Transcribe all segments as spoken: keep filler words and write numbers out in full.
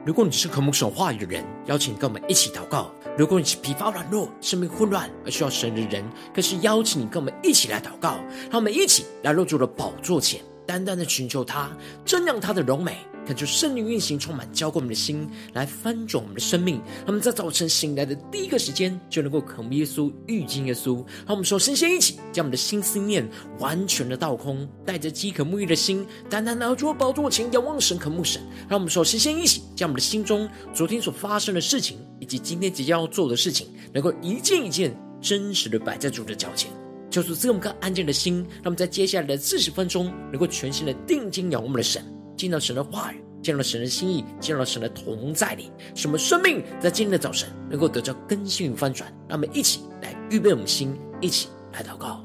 如果你是渴慕神话语的人，邀请你跟我们一起祷告；如果你是疲乏软弱、生命混乱而需要神的人，更是邀请你跟我们一起来祷告。让我们一起来入主的宝座前，单单的寻求他，瞻仰他的荣美，恳求圣灵运行，充满浇灌我们的心，来翻转我们的生命。让我们在早晨醒来的第一个时间，就能够渴慕耶稣、遇见耶稣。让我们首先先一起将我们的心思念完全的倒空，带着饥渴沐浴的心，单单的坐宝座前仰望神、渴慕神。让我们首先先一起将我们的心中昨天所发生的事情，以及今天即将要做的事情，能够一件一件真实的摆在主的脚前。求主赐我们个安静的心，让我们在接下来的四十分钟，能够全心的定睛仰望我们的神，见到神的话语，见到神的心意，见到神的同在里，使我们生命在今天的早晨能够得到更新与翻转。让我们一起来预备我们的心，一起来祷告。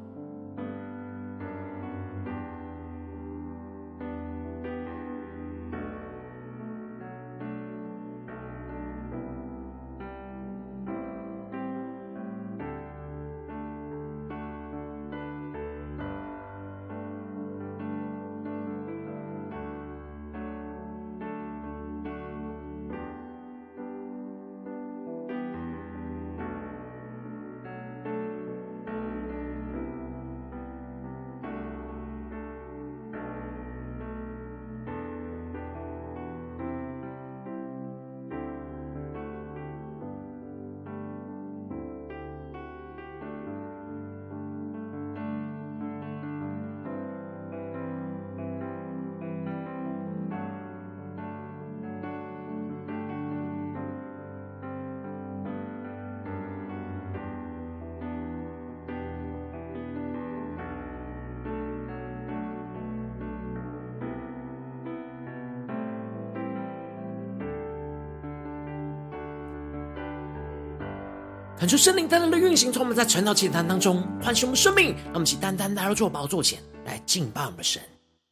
恳求圣灵单单的运行，从我们在晨祷祈坛当中唤醒我们生命，让我们一起单单来到主宝座前来敬拜我们的神。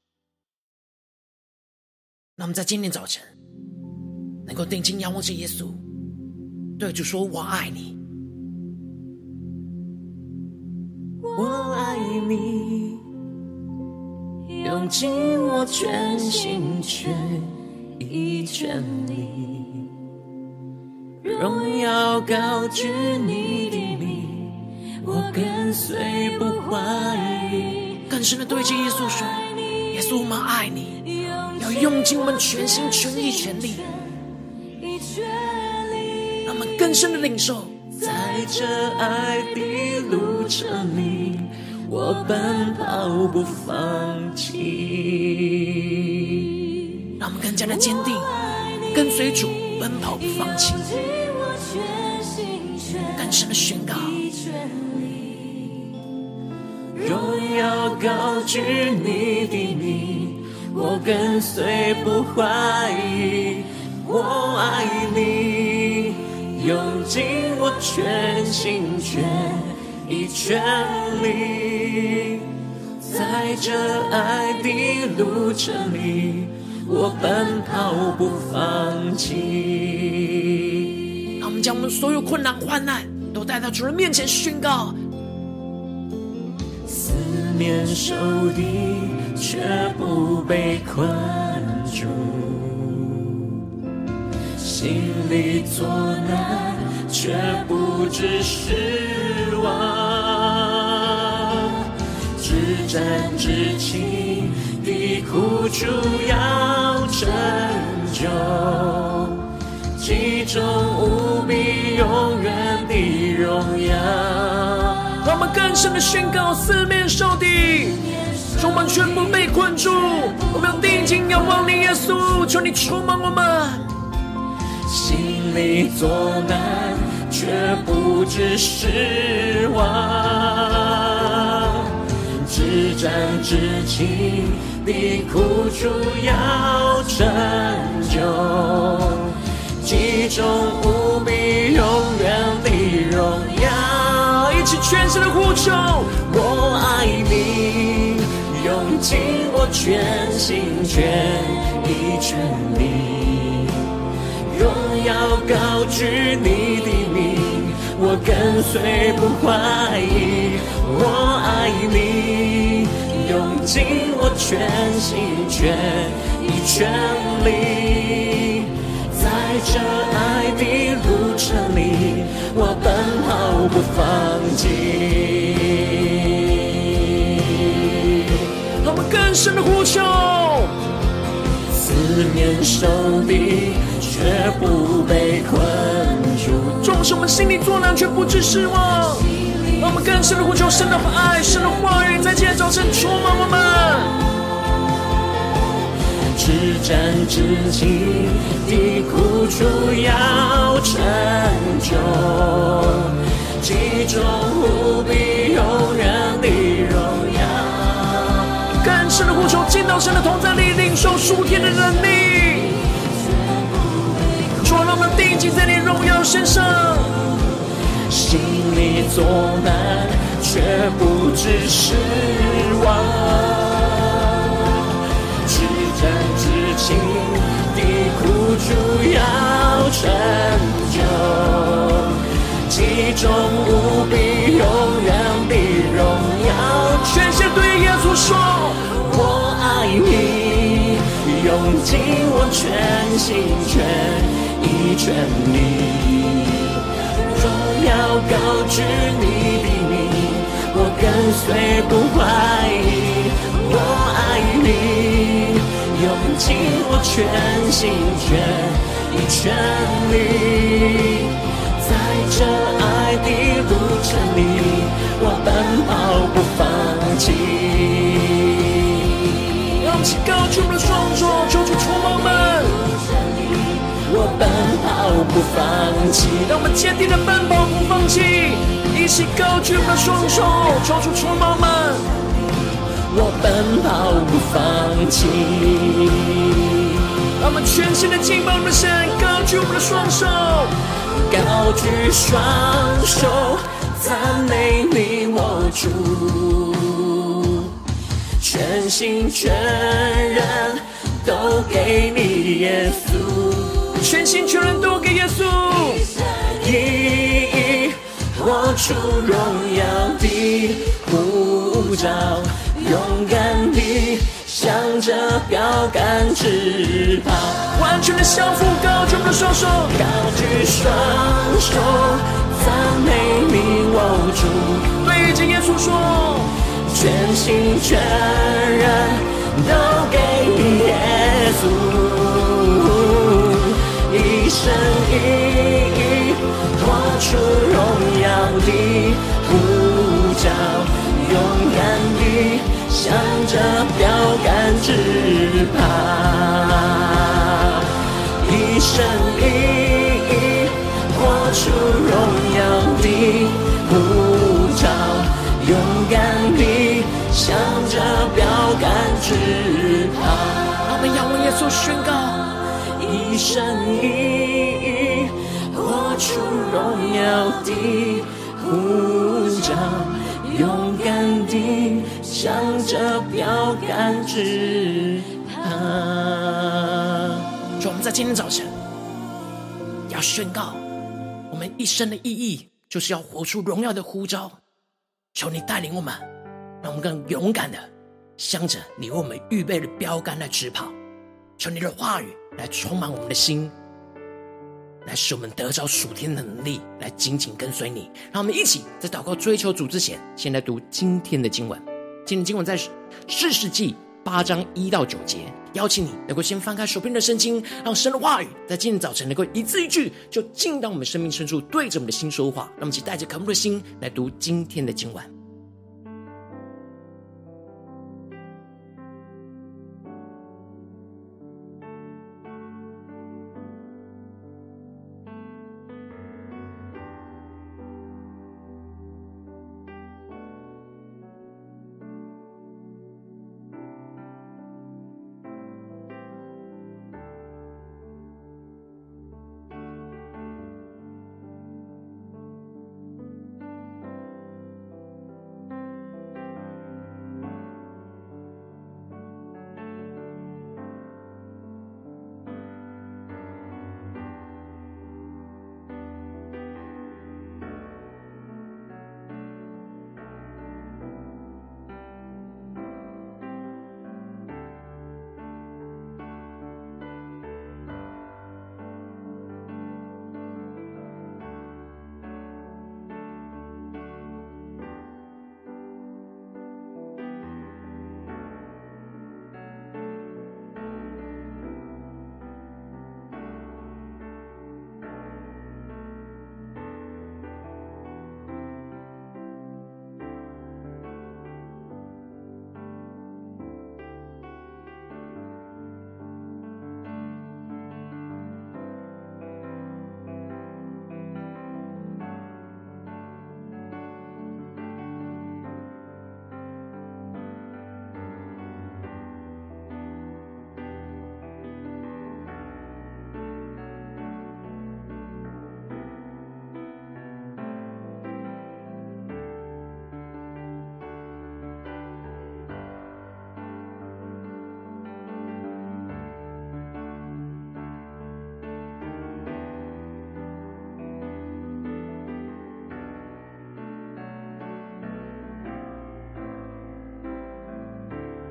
让我们在今天早晨能够定睛仰望着耶稣，对主说：“我爱你，我爱你，用尽我全心全意全力。”荣耀高举你的名，我跟随不怀疑。更深的对着耶稣说：耶稣，我们爱你，要用尽我们全心全意全力。让我们更深的领受，在这爱的路程里，我奔跑不放弃。让我们更加的坚定，跟随主奔跑不放弃，更深的宣告，荣耀高举你的名，我跟随不怀疑。我爱你，用尽我全心全意全力，在这爱的路程里，我奔跑不放弃。让我们将我们所有困难患难都带到主人面前宣告。四面受敌却不被困住，心里作难却不知失望，至战至情的苦楚要拯救，其中无比永远的荣耀。让我们更深的宣告，四面受敌，充满全部被困住，我们要定睛仰望你耶稣，求你充满我们。心里作难却不知失望，至战至情的苦楚要拯救，其中无比永远的荣耀。一起全身的呼求，我爱你，用尽我全心全意全力，荣耀高举你的名，我跟随不怀疑。我爱你，用尽我全心全意全力，在这爱的路程里，我奔跑不放弃。 让我们更深的呼求， 四面受敌，却不被困住。 纵使我们心里作难，却不致失望。让我们更深的呼求神的爱，神的话语在今天早晨充满我们。 至战至情的苦楚要成就，其中无比永远的荣耀。 更深的呼求，见到神的同在里，领受属天的能力。主啊，让我们定睛在你荣耀身上。 心里作难，却不知失望。至战至情的苦楚要成就，其中无比永远的荣耀。 全心对耶稣说： 我爱你，用尽我全心全意全力。荣耀高举你的名，我跟随不怀疑。我爱你，用尽我全心全意全力。在这爱的路程里，我奔跑不放弃。 让我们一起高举我们的双手，求主触摸我们。 我奔跑不放弃， 让我们坚定的奔跑不放弃，一起高举我们的双手，求主触摸我们。 我奔跑不放弃， 让我们全心的敬拜我们的神，高举我们的双手， 高举双手，赞美你我主，全心全人都给你耶稣。 全心全人都给耶稣， 一活出荣耀的呼召，勇敢地向着标杆直跑。 完全的降服，高举我们的双手， 高举双手，赞美你我主。 对着耶稣说， 全心全人都给你耶稣。一生一意活出荣耀的呼召，勇敢地向着标杆直跑。一生一意活出荣耀的呼召，勇敢地向着标杆直跑。 让我们仰望耶稣宣告， 一生一意活出荣耀的呼召，勇敢地向着标杆直跑。 主，我们在今天早晨要宣告，我们一生的意义就是要活出荣耀的呼召。求你带领我们，让我们更勇敢的向着你为我们预备的标杆来直跑。求你的话语来充满我们的心，来使我们得着属天的能力，来紧紧跟随你。让我们一起在祷告追求主之前，先来读今天的经文。今天的经文在士世记八章一到九节。邀请你能够先翻开手边的圣经，让神的话语在今天早晨能够一字一句就进到我们生命深处，对着我们的心说话。让我们一起带着渴慕的心来读今天的经文。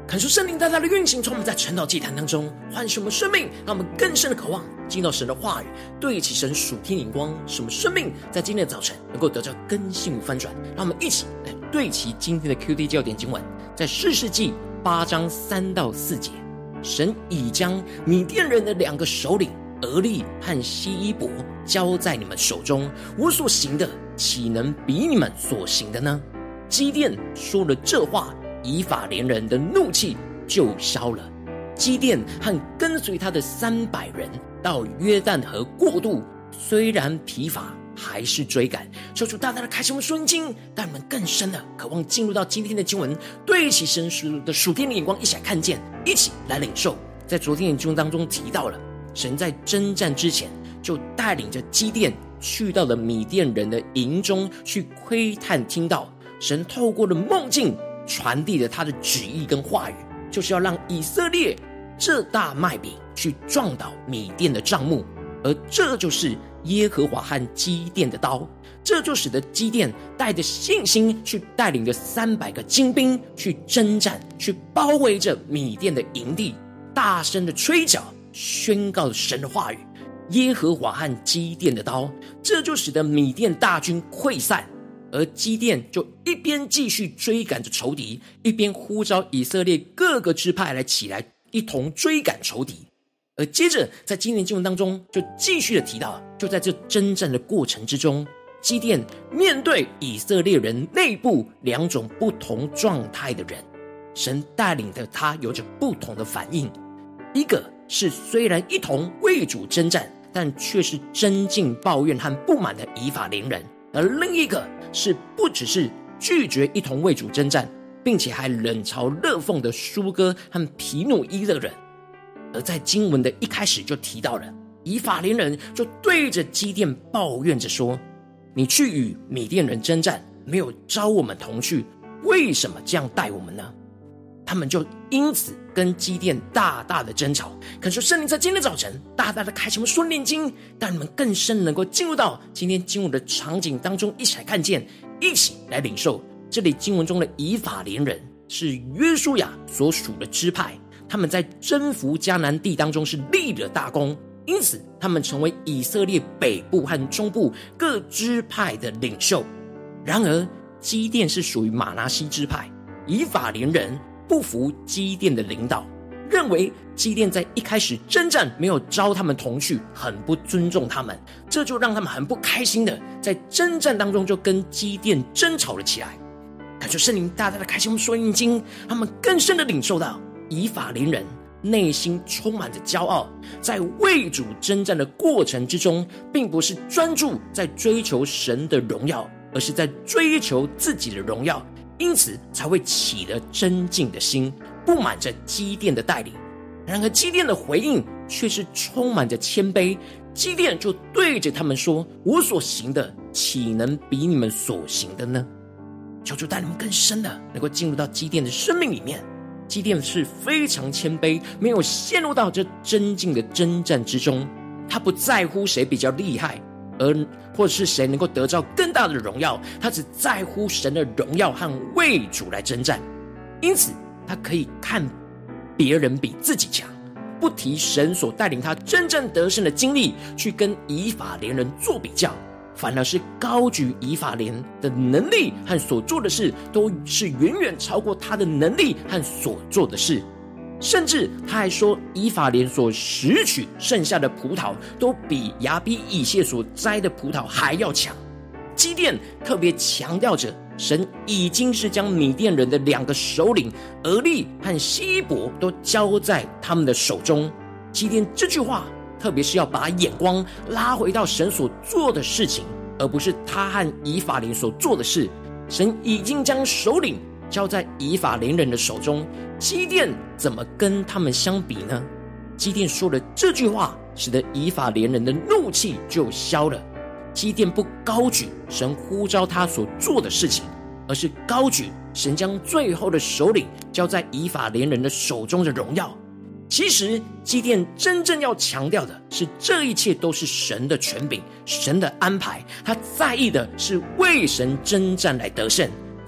恳求圣灵大大的运行，从我们在晨祷祭坛当中唤醒我们生命，让我们更深的渴望进到神的话语，对齐神属天灵光，使我们生命在今天的早晨能够得到更新与翻转。让我们一起来对齐今天的 Q T 焦点经文，在士世记八章三到四节，神已将米甸人的两个首领俄利和希伊伯交在你们手中，我所行的岂能比你们所行的呢？基甸说了这话，以法莲人的怒气就消了。基甸和跟随他的三百人到约旦河过渡，虽然疲乏，还是追赶。求主大大的开启我们属灵经，让我们更深的渴望进入到今天的经文，对齐神的属天的眼光，一起来看见，一起来领受。在昨天的经文当中提到了，神在征战之前就带领着基甸去到了米甸人的营中去窥探听到，神透过了梦境传递了他的旨意跟话语，就是要让以色列这大麦饼去撞倒米甸的帐幕，而这就是耶和华和基甸的刀。这就使得基甸带着信心去带领着三百个精兵去征战，去包围着米甸的营地，大声的吹角，宣告神的话语，耶和华和基甸的刀。这就使得米甸大军溃散，而基甸就一边继续追赶着仇敌，一边呼召以色列各个支派来起来一同追赶仇敌。而接着在今年经文当中就继续的提到，就在这征战的过程之中，基甸面对以色列人内部两种不同状态的人，神带领的他有着不同的反应。一个是虽然一同为主征战，但却是争竞抱怨和不满的以法莲人，而另一个是不只是拒绝一同为主征战，并且还冷嘲热讽的舒哥和皮努伊的人。而在经文的一开始就提到了，以法莲人就对着基甸抱怨着说，你去与米甸人征战，没有召我们同去，为什么这样待我们呢？他们就因此跟基甸大大的争吵。恳求圣灵在今天早晨大大的开启我们属灵经，让你们更深能够进入到今天经文的场景当中，一起来看见，一起来领受。这里经文中的以法莲人是约书亚所属的支派，他们在征服迦南地当中是立了大功，因此他们成为以色列北部和中部各支派的领袖。然而基甸是属于马拿西支派，以法莲人不服基甸的领导，认为基甸在一开始征战没有召他们同去，很不尊重他们，这就让他们很不开心的在征战当中就跟基甸争吵了起来。感谢圣灵大大的开启我们属灵经，他们更深的领受到以法莲人内心充满着骄傲，在为主征战的过程之中，并不是专注在追求神的荣耀，而是在追求自己的荣耀，因此才会起了争竞的心，不满着基甸的带领。然而基甸的回应却是充满着谦卑，基甸就对着他们说，我所行的岂能比你们所行的呢？求主带你们更深的能够进入到基甸的生命里面。基甸是非常谦卑，没有陷入到这争竞的征战之中，他不在乎谁比较厉害，而或者是谁能够得到更大的荣耀，他只在乎神的荣耀和为主来征战。因此他可以看别人比自己强，不提神所带领他真正得胜的经历去跟以法莲人做比较，反而是高举以法莲的能力和所做的事都是远远超过他的能力和所做的事。甚至他还说，以法莲所拾取剩下的葡萄都比亚比以谢所摘的葡萄还要强。基甸特别强调着，神已经是将米甸人的两个首领俄利和希伯都交在他们的手中。基甸这句话特别是要把眼光拉回到神所做的事情，而不是他和以法莲所做的事。神已经将首领交在以法莲人的手中，基甸怎么跟他们相比呢？基甸说了这句话，使得以法莲人的怒气就消了。基甸不高举神呼召他所做的事情，而是高举神将最后的首领交在以法莲人的手中的荣耀。其实基甸真正要强调的是，这一切都是神的权柄，神的安排。他在意的是为神征战来得胜，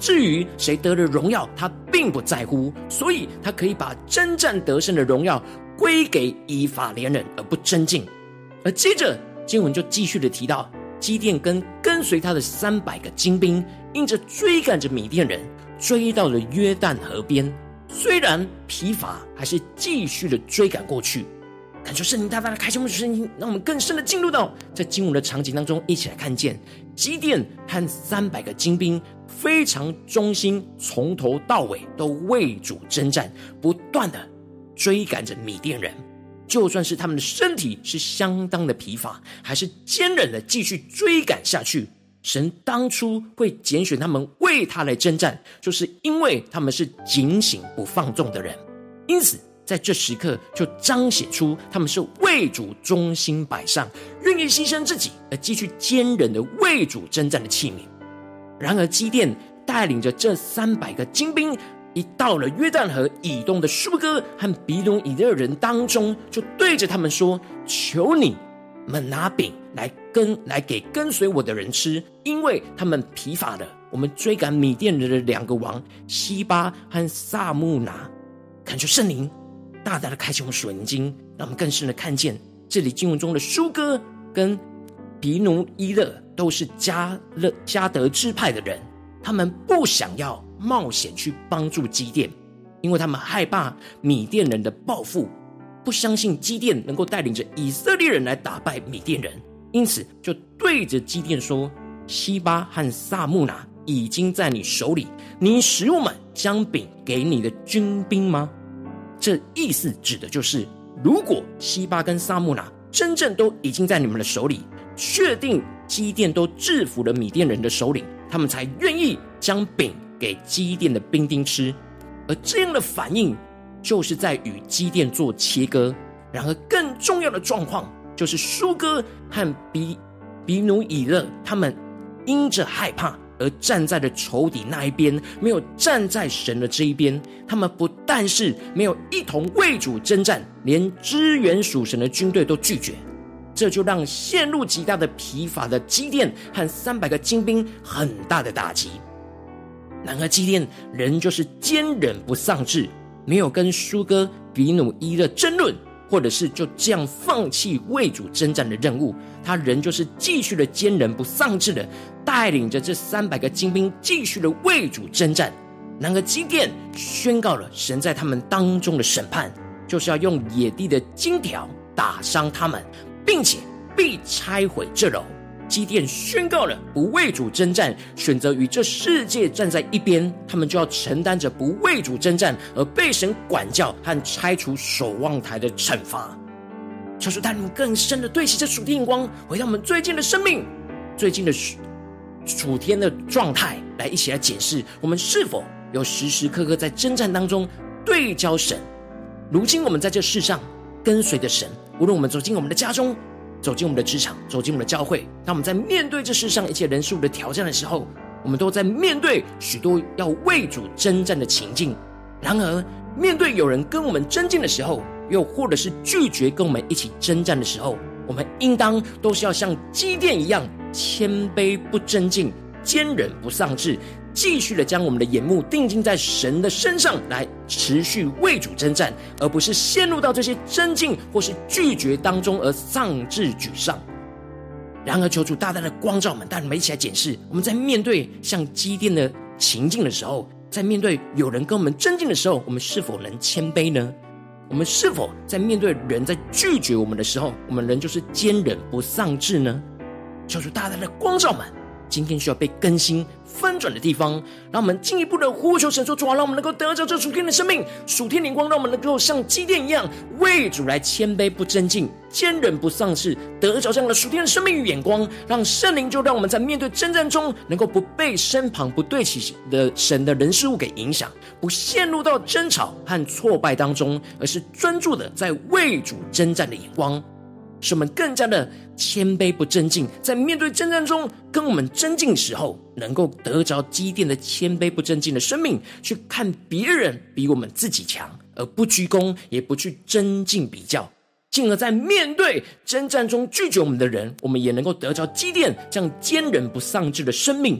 至于谁得了荣耀，他并不在乎，所以他可以把征战得胜的荣耀归给以法莲人，而不争竞。而接着经文就继续的提到，基甸跟跟随他的三百个精兵，因着追赶着米甸人，追到了约旦河边。虽然疲乏，还是继续的追赶过去。感受圣灵大大的开启我们的声音，让我们更深的进入到在经文的场景当中，一起来看见基甸和三百个精兵非常忠心，从头到尾都为主征战，不断的追赶着米甸人。就算是他们的身体是相当的疲乏，还是坚韧的继续追赶下去。神当初会拣选他们为他来征战，就是因为他们是警醒不放纵的人，因此在这时刻就彰显出他们是为主忠心摆上，愿意牺牲自己而继续坚韧的为主征战的器皿。然而基甸带领着这三百个精兵，一到了约旦河以东的舒哥和比努以勒人当中，就对着他们说：求你们拿饼来跟来给跟随我的人吃，因为他们疲乏了。我们追赶米甸人的两个王西巴和撒慕拿。恳求圣灵大大的开启我们属灵经，让我们更深的看见这里经文中的舒哥跟比努伊勒都是加勒加德支派的人，他们不想要冒险去帮助基甸，因为他们害怕米甸人的报复，不相信基甸能够带领着以色列人来打败米甸人，因此就对着基甸说：西巴和撒慕拿已经在你手里，你使我们将饼给你的军兵吗？这意思指的就是，如果西巴跟撒慕拿真正都已经在你们的手里，确定基甸都制服了米甸人的首领，他们才愿意将饼给基甸的兵丁吃。而这样的反应就是在与基甸做切割。然而更重要的状况就是舒哥和比比努以勒他们因着害怕而站在了仇敌那一边，没有站在神的这一边。他们不但是没有一同为主征战，连支援属神的军队都拒绝。这就让陷入极大的疲乏的基甸和三百个精兵很大的打击。然而基甸仍就是坚忍不丧志，没有跟舒哥比努伊勒争论，或者是就这样放弃为主征战的任务，他仍就是继续的坚忍不丧志的带领着这三百个精兵继续的为主征战。然而基甸宣告了神在他们当中的审判，就是要用野地的金条打伤他们，并且必拆毁这楼。基甸宣告了不为主征战，选择与这世界站在一边，他们就要承担着不为主征战而被神管教和拆除守望台的惩罚。求主带领我们更深的对齐这属天眼光，回到我们最近的生命，最近的属天的状态，来一起来检视我们是否有时时刻刻在征战当中对焦神。如今我们在这世上跟随着神，无论我们走进我们的家中，走进我们的职场，走进我们的教会，当我们在面对这世上一切人数的挑战的时候，我们都在面对许多要为主征战的情境。然而面对有人跟我们争竞的时候，又或者是拒绝跟我们一起征战的时候，我们应当都是要像基甸一样谦卑不争竞，坚忍不丧志，继续的将我们的眼目定睛在神的身上，来持续为主征战，而不是陷入到这些争竞或是拒绝当中而丧志沮丧。然而求主大大的光照我们，带我们一起来检视，我们在面对像基甸的情境的时候，在面对有人跟我们争竞的时候，我们是否能谦卑呢？我们是否在面对人在拒绝我们的时候，我们仍就是坚忍不丧志呢？求主大大的光照我们，今天需要被更新翻转的地方，让我们进一步的呼求神说：主啊，让我们能够得着这属天的生命，属天灵光，让我们能够像基甸一样为主来谦卑不争竞，坚忍不丧志，得着这样的属天的生命与眼光，让圣灵就让我们在面对征战中能够不被身旁不对齐的神的人事物给影响，不陷入到争吵和挫败当中，而是专注的在为主征战的眼光，使我们更加的谦卑不争竞，在面对征战中跟我们争竞时候，能够得着基甸的谦卑不争竞的生命，去看别人比我们自己强，而不居功，也不去争竞比较，进而在面对征战中拒绝我们的人，我们也能够得着基甸这样坚忍不丧志的生命，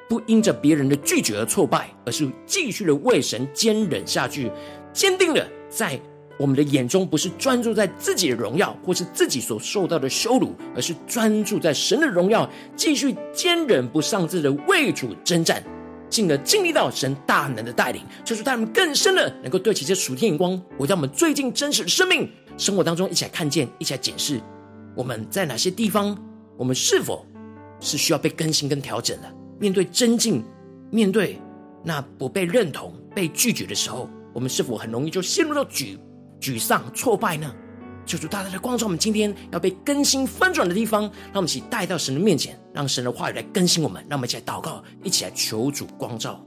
不因着别人的拒绝而挫败，而是继续的为神坚忍下去，坚定的在我们的眼中不是专注在自己的荣耀或是自己所受到的羞辱，而是专注在神的荣耀，继续坚忍不丧志的为主征战，进而经历到神大能的带领，就是他们更深的能够对齐这属天眼光，我在我们最近真实的生命生活当中一起来看见，一起来检视我们在哪些地方，我们是否是需要被更新跟调整的。面对真境，面对那不被认同被拒绝的时候，我们是否很容易就陷入到沮沮丧挫败呢？求主大大的光照我们今天要被更新翻转的地方，让我们一起带到神的面前，让神的话语来更新我们，让我们一起来祷告，一起来求主光照。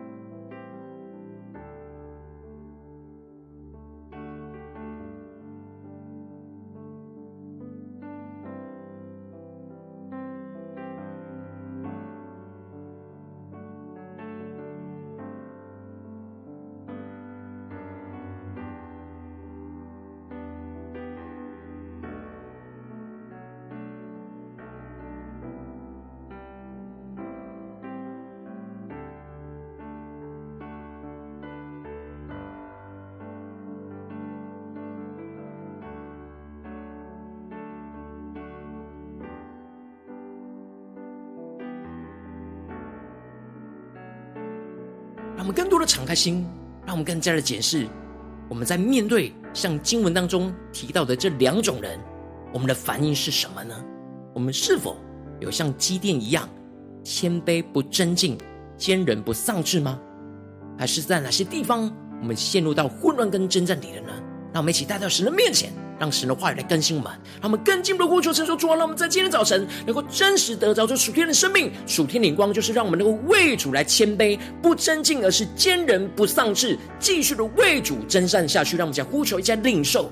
让我们更多的敞开心，让我们更加的检视我们在面对像经文当中提到的这两种人，我们的反应是什么呢？我们是否有像基甸一样谦卑不争竞，坚忍不丧志吗？还是在哪些地方我们陷入到混乱跟征战里了呢？让我们一起带到神的面前，让神的话语来更新我们，让我们更进一步的呼求神说，主啊，让我们在今天早晨能够真实得着这属天的生命。属天的眼光就是让我们能够为主来谦卑不争竞，而是坚忍不丧志，继续的为主征战下去。让我们讲呼求，一起来领受。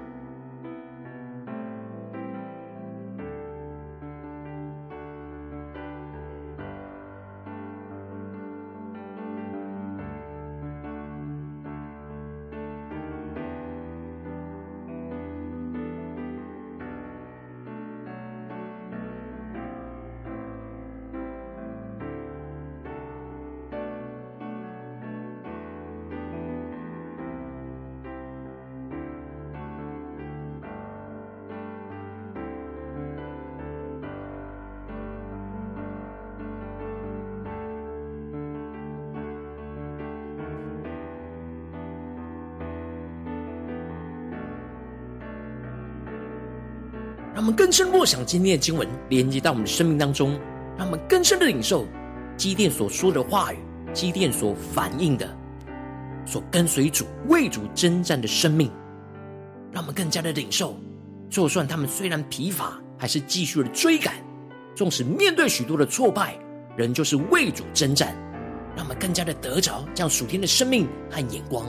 让我们更深默想今天的经文，连接到我们的生命当中，让我们更深的领受基甸所说的话语，基甸所反映的，所跟随主为主征战的生命，让我们更加的领受，就算他们虽然疲乏，还是继续的追赶，纵使面对许多的挫败，仍旧是为主征战，让我们更加的得着这样属天的生命和眼光。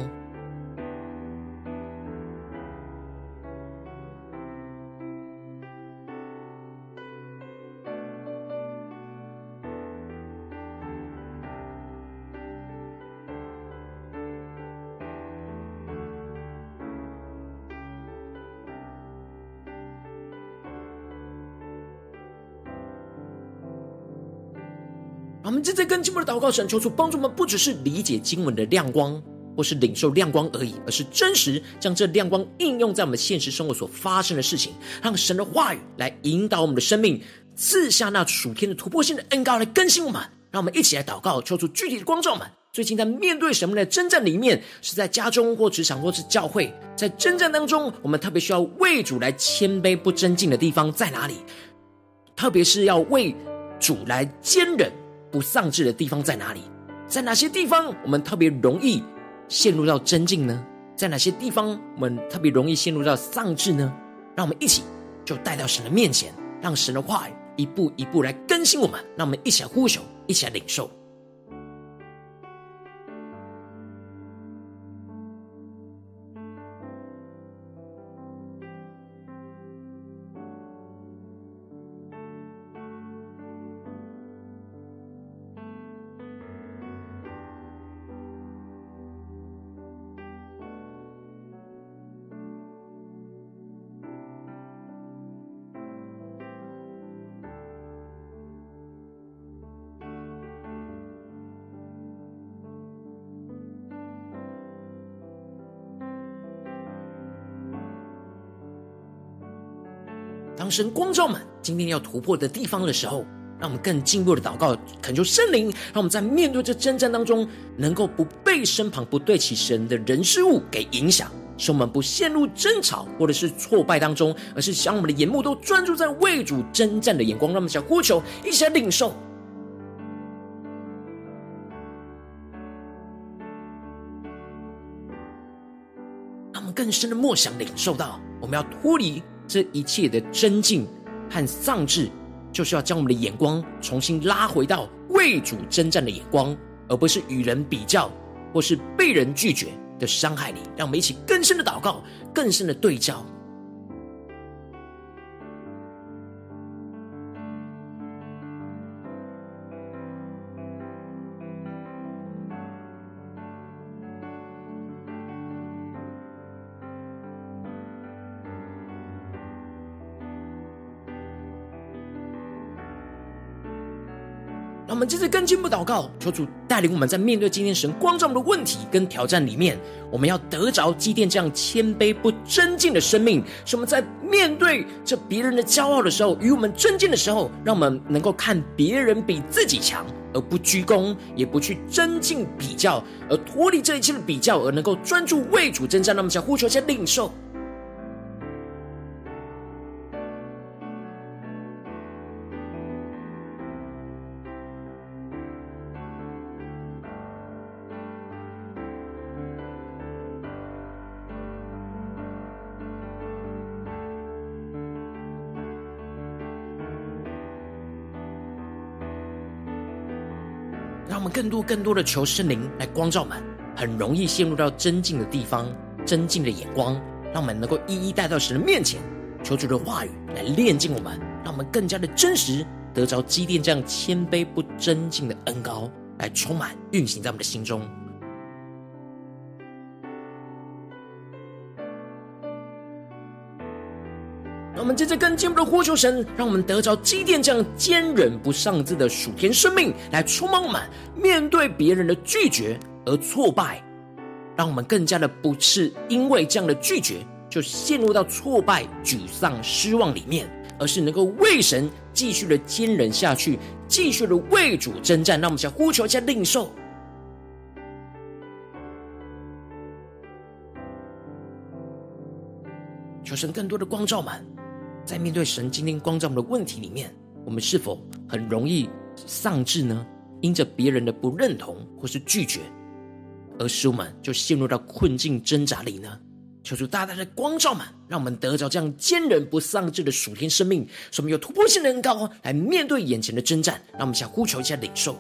我们正在跟进步的祷告，神求主帮助我们，不只是理解经文的亮光，或是领受亮光而已，而是真实将这亮光应用在我们现实生活所发生的事情，让神的话语来引导我们的生命，赐下那属天的突破性的恩膏来更新我们。让我们一起来祷告，求主具体的光照我们。最近在面对什么的征战里面，是在家中或职场或是教会，在征战当中，我们特别需要为主来谦卑不争竞的地方在哪里？特别是要为主来坚忍不丧志的地方在哪里？在哪些地方我们特别容易陷入到争竞呢？在哪些地方我们特别容易陷入到丧志呢？让我们一起就带到神的面前，让神的话语一步一步来更新我们。让我们一起来呼求，一起来领受。 当神光照们今天要突破的地方的时候，让我们更进一步的祷告，恳求圣灵，让我们在面对这征战当中，能够不被身旁不对齐神的人事物给影响，使我们不陷入争吵或者是挫败当中，而是将我们的眼目都专注在为主征战的眼光。让我们想呼求，一起来领受。让我们更深的默想领受到，我们要脱离这一切的争竞和丧志，就是要将我们的眼光重新拉回到为主征战的眼光，而不是与人比较或是被人拒绝的伤害里。让我们一起更深的祷告，更深的对焦。让我们接着更进一步祷告，求主带领我们在面对今天神光照我们的问题跟挑战里面，我们要得着基甸这样谦卑不争竞的生命，使我们在面对这别人的骄傲的时候，与我们争竞的时候，让我们能够看别人比自己强，而不居功，也不去争竞比较，而脱离这一切的比较，而能够专注为主征战。让我们想呼求，先领受。让我们更多更多的求圣灵来光照我们，很容易陷入到争竞的地方，争竞的眼光，让我们能够一一带到神的面前，求主的话语来炼净我们，让我们更加的真实得着基甸这样谦卑不争竞的恩膏来充满运行在我们的心中。让我们接着更进一步的呼求神，让我们得着基甸这样坚忍不丧志的属天生命来充满我们，面对别人的拒绝而挫败，让我们更加的不是因为这样的拒绝就陷入到挫败、沮丧、失望里面，而是能够为神继续的坚忍下去，继续的为主征战。让我们想呼求一下领受。求神更多的光照们，在面对神今天光照我们的问题里面，我们是否很容易丧志呢？因着别人的不认同或是拒绝，而使我们就陷入到困境挣扎里呢？求主大大的光照们，让我们得着这样坚韧不丧志的属天生命，使我们有突破性的恩膏来面对眼前的征战。让我们想呼求一下领受。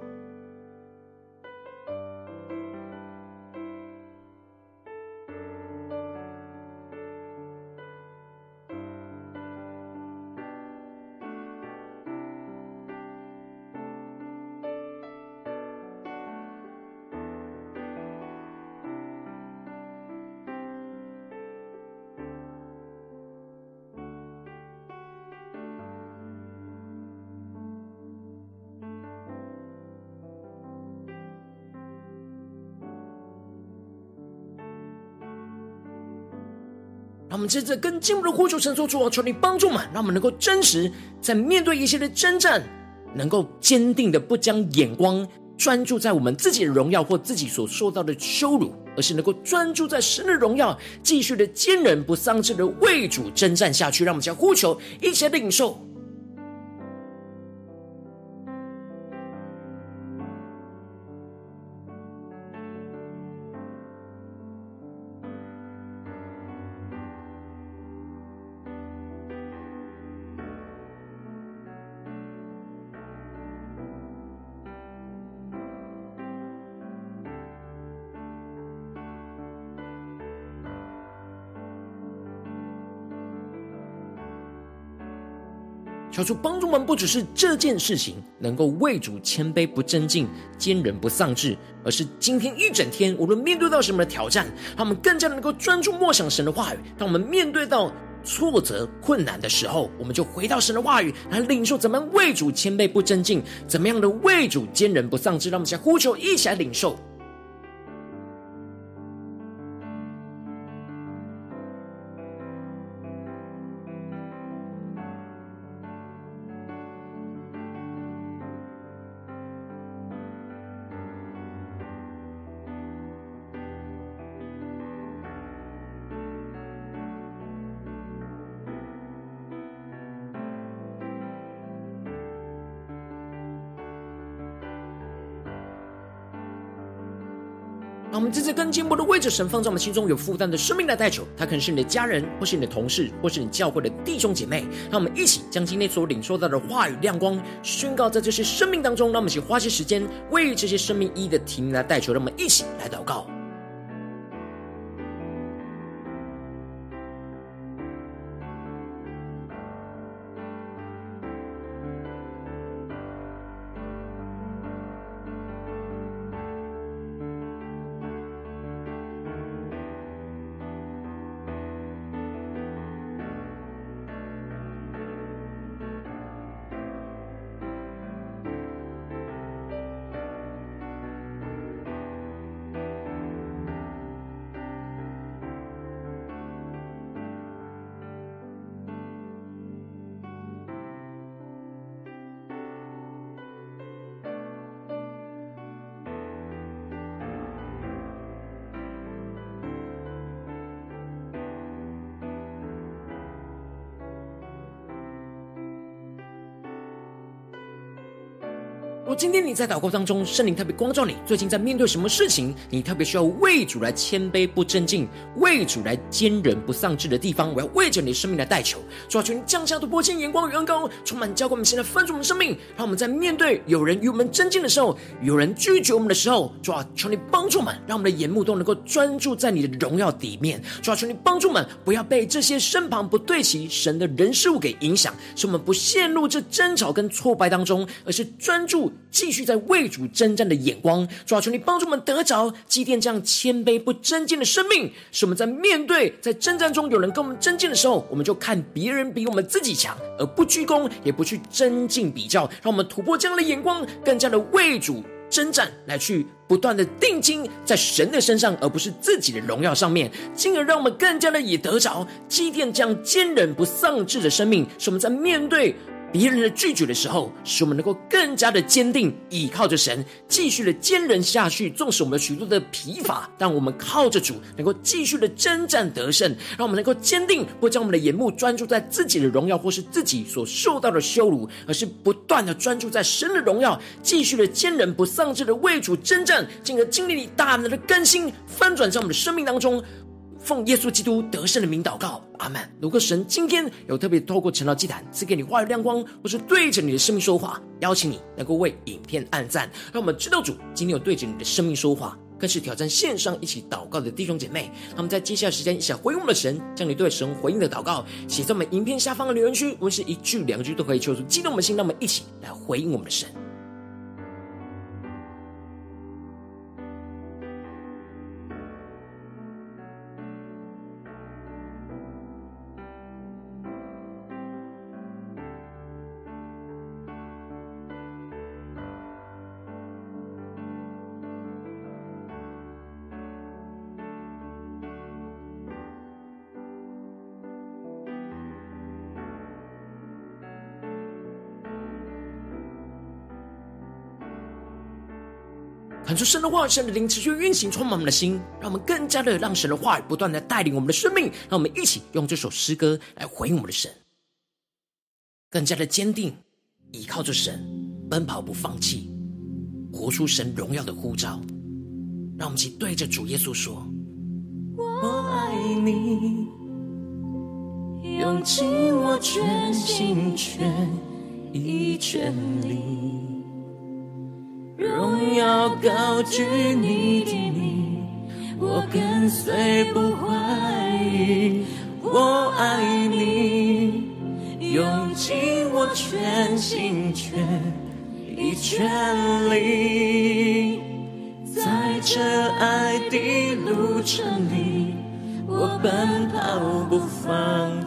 让我们接着更进一步的呼求神说，主啊，求你帮助我们，让我们能够真实在面对一切的征战，能够坚定的不将眼光专注在我们自己的荣耀或自己所受到的羞辱，而是能够专注在神的荣耀，继续的坚忍不丧志的为主征战下去。让我们将呼求一起来领受。求主帮助我们，不只是这件事情能够为主谦卑不争竞，坚忍不丧志，而是今天一整天无论面对到什么的挑战，让我们更加能够专注默想神的话语。当我们面对到挫折困难的时候，我们就回到神的话语来领受怎么样为主谦卑不争竞，怎么样的为主坚忍不丧志。让我们先呼求，一起来领受。 让我们这次更进一步的为着神放在我们心中有负担的生命来代求，他可能是你的家人，或是你的同事，或是你教会的弟兄姐妹。让我们一起将今天所领受到的话语亮光宣告在这些生命当中。让我们一起花些时间为这些生命一一的提名来代求。让我们一起来祷告。若今天你在祷告当中，圣灵特别光照你，最近在面对什么事情，你特别需要为主来谦卑不争竞，为主来坚忍不丧志的地方，我要为着你的生命来代求。主啊，求你降下突破性眼光与恩膏，充满浇灌我们现在分足我们的生命，让我们在面对有人与我们争竞的时候，有人拒绝我们的时候，主啊，求你帮助我们，让我们的眼目都能够专注在你的荣耀里面。主啊，求你帮助我们，不要被这些身旁不对齐神的人事物给影响，使我们不陷入这争吵跟挫败当中，而是专注继续在为主征战的眼光。主啊，求你帮助我们得着积淀这样谦卑不争竞的生命，使我们在面对在征战中有人跟我们争竞的时候，我们就看别人比我们自己强，而不居功，也不去争竞比较，让我们突破这样的眼光，更加的为主征战，来去不断的定睛在神的身上，而不是自己的荣耀上面，进而让我们更加的也得着积淀这样坚忍不丧志的生命，使我们在面对别人的拒绝的时候，使我们能够更加的坚定，倚靠着神，继续的坚忍下去。纵使我们有许多的疲乏，但我们靠着主，能够继续的征战得胜，让我们能够坚定，不将我们的眼目专注在自己的荣耀或是自己所受到的羞辱，而是不断的专注在神的荣耀，继续的坚忍不丧志的为主征战，进而经历你大能的更新翻转在我们的生命当中。奉耶稣基督得胜的名祷告，阿们。如果神今天有特别透过晨祷祭坛赐给你话语亮光，或是对着你的生命说话，邀请你能够为影片按赞，让我们知道主今天有对着你的生命说话，更是挑战线上一起祷告的弟兄姐妹。那么在接下来时间一起回应我们的神，将你对神回应的祷告写在我们影片下方的留言区，无论是一句两句都可以，求主激动我们的心，让我们一起来回应我们的神。喊出神的话语，神的灵持续运行充满我们的心，让我们更加的让神的话语不断的带领我们的生命。让我们一起用这首诗歌来回应我们的神，更加的坚定依靠着神，奔跑不放弃，活出神荣耀的呼召。让我们一起对着主耶稣说： 我爱你，用尽我全心全意全力，荣耀高举你的名，我跟随不怀疑。我爱你，用尽我全心全意全力，在这爱的路程里，我奔跑不放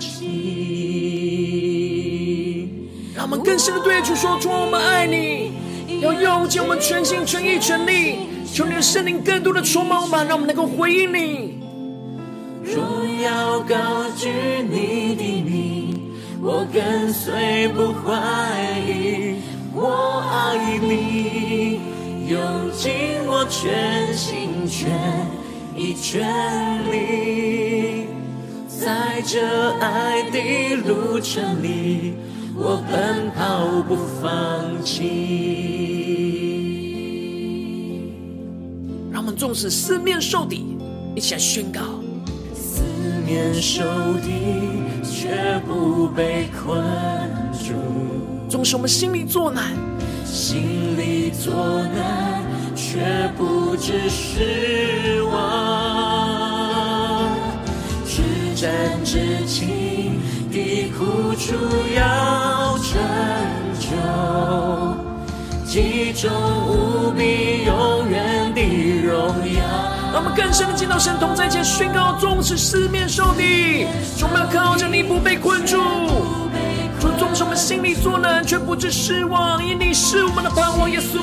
弃。 让我们更深的对主说：主，我们爱你，要用尽我们全心全意全力，求你的圣灵更多的充满我们，让我们能够回应你。 荣耀高举你的名，我跟随不怀疑。我爱你，用尽我全心全意全力，在这爱的路程里，我奔跑不放弃。 纵使四面受敌，一起来宣告： 四面受敌，却不被困住； 纵使我们心里作难， 心里作难，却不知失望。至战至情，的苦楚要成就，其中无比永远的荣耀。 让我们更深的进到神同在前宣告：纵使四面受敌，我们要靠着你不被困住；主，纵使我们心里作难，却不致失望，因你是我们的盼望。耶稣，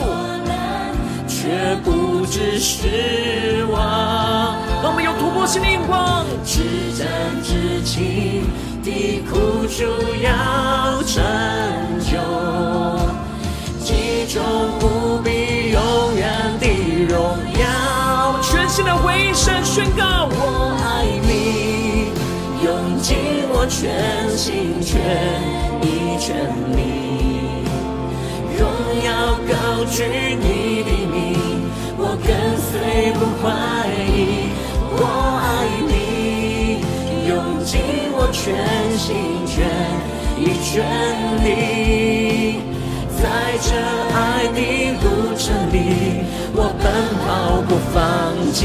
却不知失望。 让我们有突破性的眼光， 至战至情的苦楚要成就，其中无比永远的荣耀。 全心的回应神，宣告： 我爱你，用尽我全心全意全力，荣耀高举你的名，我跟随不怀疑。我爱你，用尽我全心全意全力，在这爱的路程里，我奔跑不放弃。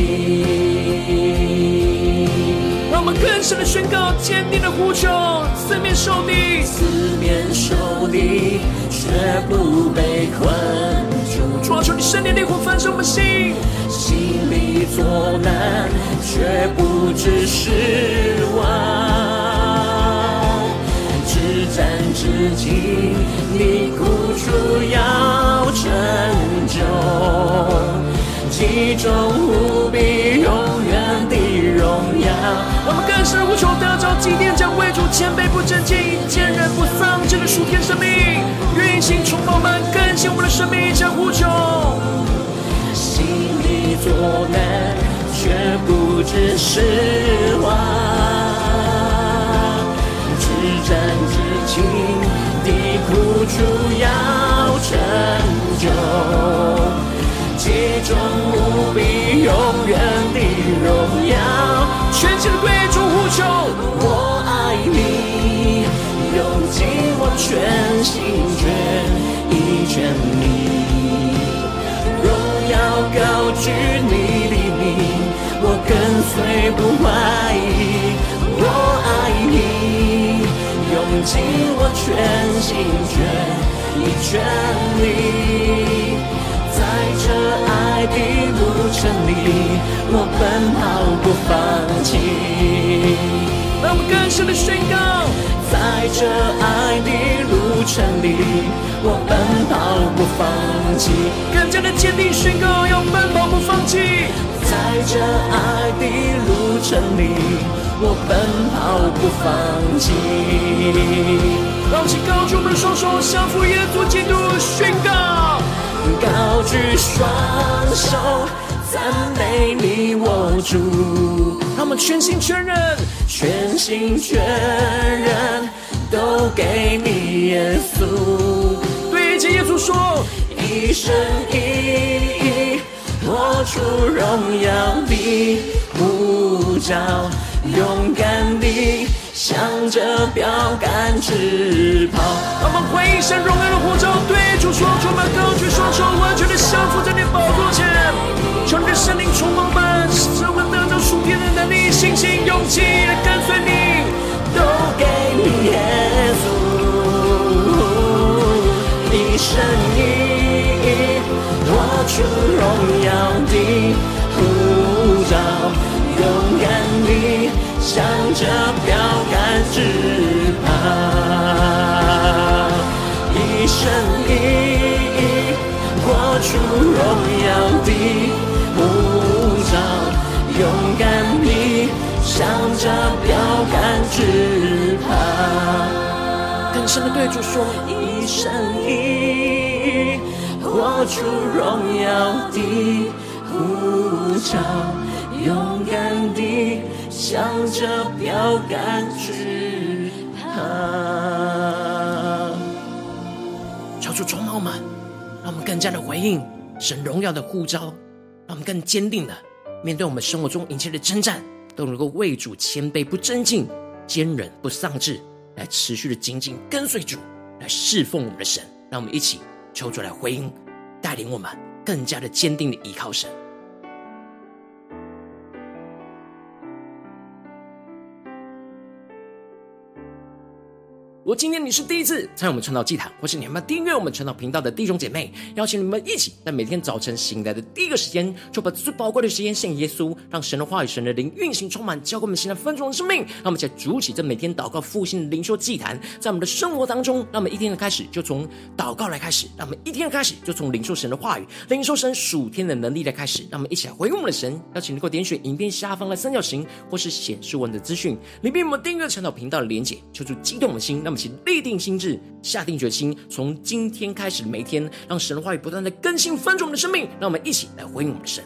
让我们更深的宣告，坚定的呼求，四面受敌， 四面受敌，却不被困住。 主啊，求你圣灵烈火焚烧我们心， 心里作难，却不知失望。至战至情，你苦楚要成就，其中无比永远的荣耀。 我们更深呼求，得着祭奠将为主谦卑不争竞，坚韧不丧，真的属天生命，运行充满我们，更新我们的生命，将呼求。 心里作难，却不知失望。至战至情的苦楚要成就，其中无比永远的荣耀。 全心的对主呼求， 我爱你，用尽我全心全意全力，荣耀高举你的名，我跟随不怀疑。我爱你，用尽我全心全意全力，在这爱的路程里，我奔跑不放弃。 让我们更深的宣告， 在这爱的路程里，我奔跑不放弃。 更加的坚定宣告，要奔跑不放弃。 在这爱的路程里，我奔跑不放弃。 让我们一起高举我们的双手，向父耶稣基督宣告， 高举双手，赞美你我主。 让我们全心全人， 全心全人都给你耶稣。 对着耶稣说， 一生一意活出荣耀的呼召，勇敢地向着标杆直跑。 让我们回应神荣耀的呼召，对主说，主们高举双手，完全的降服在你宝座前，求你的圣灵充满我们，使我们得着属天的能力、信心、勇气来跟随你， 都给你耶稣。一生一意活出荣耀的呼召，勇敢地向着标杆直跑。一生一意活出荣耀的呼召，勇敢地向着标杆直跑。 更深的对主说， 一生一意活出荣耀的呼召，勇敢地向着标杆直跑。 求主充满我们，让我们更加的回应神荣耀的呼召， 让我们更坚定的面对我们生活中一切的征战，都能够为主谦卑不争竞，坚忍不丧志，来持续的紧紧跟随主，来侍奉我们的神。让我们一起求主来回应，带领我们更加的坚定的依靠神。如果今天你是第一次参与我们传道祭坛，或是你还没有订阅我们传道频道的弟兄姐妹，邀请你们一起在每天早晨醒来的第一个时间，就把最宝贵的时间献给耶稣，让神的话语、神的灵运行充满，浇灌我们现在分盛的生命。让我们一起来筑起这每天祷告复兴的灵修祭坛，在我们的生活当中，让我们一天的开始就从祷告来开始，让我们一天的开始就从领受神的话语、领受神属天的能力来开始。让我们一起来回应我们的神。邀请能够点选影片下方的三角形，或是显示文的资讯里面我们订阅传道频道的连结，求主激动我们的心，让我们一起立定心志，下定决心，从今天开始的每一天，让神的话语不断的更新翻转我们的生命。让我们一起来回应我们的神。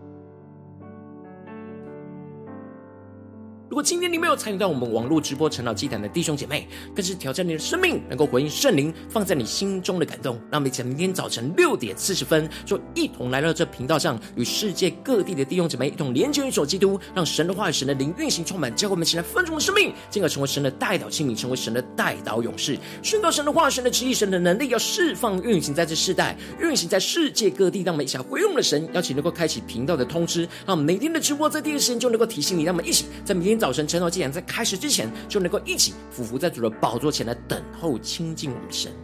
如果今天你没有参与到我们网络直播晨祷祭坛的弟兄姐妹，更是挑战你的生命，能够回应圣灵放在你心中的感动。让我们在明天早晨六点四十分，就一同来到这频道上，与世界各地的弟兄姐妹一同连接于主基督，让神的话语、神的灵运行充满，教会我们起来分盛的生命，进而成为神的代祷器皿，成为神的代祷勇士，宣告神的话、神的旨意、神的能力，要释放运行在这世代，运行在世界各地。让我们一起来回应我们的神，邀请能够开启频道的通知，让我们每天的直播在第一时间就能够提醒你。让我们一起在明天早晨晨祷祭坛在开始之前，就能够一起俯伏在主的宝座前来等候亲近我们的神。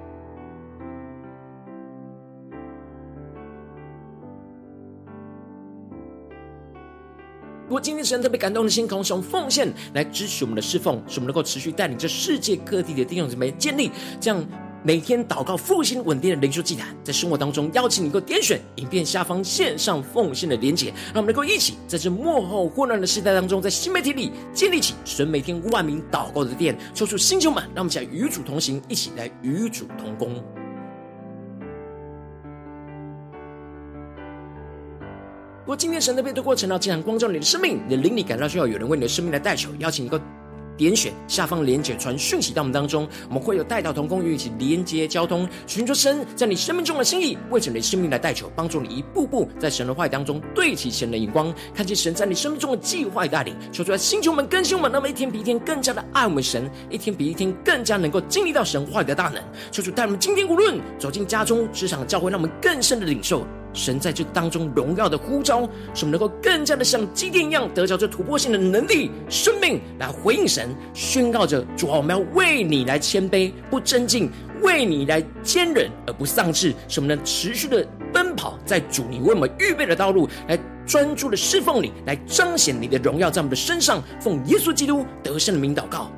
如果今天神特别感动的心，从奉献来支持我们的侍奉，使我们能够持续带领这世界各地的弟兄姊妹建立这样每天祷告复兴稳定的灵修祭坛。在生活当中，邀请你能够点选影片下方线上奉献的连结，让我们能够一起在这末后混乱的时代当中，在新媒体里建立起神每天万名祷告的殿，抽出星球们，让我们一起来与主同行，一起来与主同工。如果今天神特别透过晨祷祭坛光照你的生命，你的灵里感到需要有人为你的生命来代求，邀请你能够点选下方连结传讯息到我们当中，我们会有代祷同工与一起连接交通，寻求神在你生命中的心意，为着你的生命来代求，帮助你一步步在神的话语当中对齐神的眼光，看见神在你生命中的计划带领。求主来星球们更新我们，那么一天比一天更加的爱我们神，一天比一天更加能够经历到神话语的大能。求主带我们今天无论走进家中、职场、教会，让我们更深的领受神在这当中荣耀的呼召，使我们能够更加的像基甸一样，得着这突破性的能力、生命，来回应神，宣告着主啊，我们要为你来谦卑不争竞，为你来坚忍而不丧志，使我们能持续的奔跑在主你为我们预备的道路，来专注的侍奉你，来彰显你的荣耀在我们的身上。奉耶稣基督得胜的名祷告，